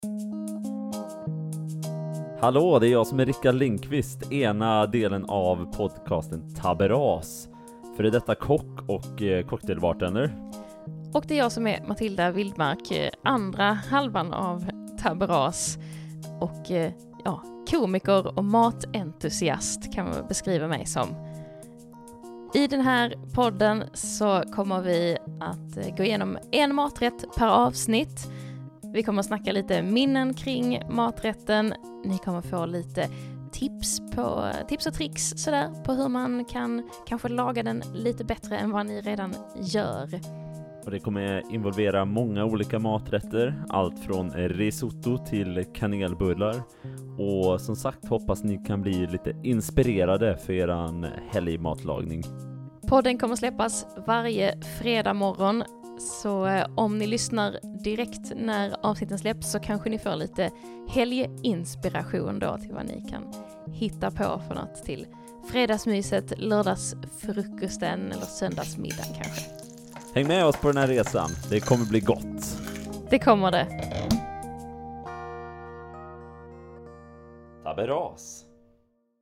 Hallå, det är jag som är Rickard Lindqvist, ena delen av podcasten Taberas. För detta kock och cocktailbartender. Och det är jag som är Matilda Wildmark, andra halvan av Taberas. Och komiker och matentusiast kan man beskriva mig som. I den här podden så kommer vi att gå igenom en maträtt per avsnitt. Vi kommer att snacka lite minnen kring maträtten. Ni kommer få lite tips och tricks sådär, på hur man kan kanske laga den lite bättre än vad ni redan gör. Och det kommer involvera många olika maträtter. Allt från risotto till kanelbullar. Och som sagt hoppas ni kan bli lite inspirerade för eran helgmatlagning. Podden kommer släppas varje fredag morgon. Så om ni lyssnar direkt när avsnitten släpps så kanske ni får lite helginspiration då till vad ni kan hitta på för något till fredagsmyset, lördagsfrukosten eller söndagsmiddagen kanske. Häng med oss på den här resan, det kommer bli gott. Det kommer det. Taberas.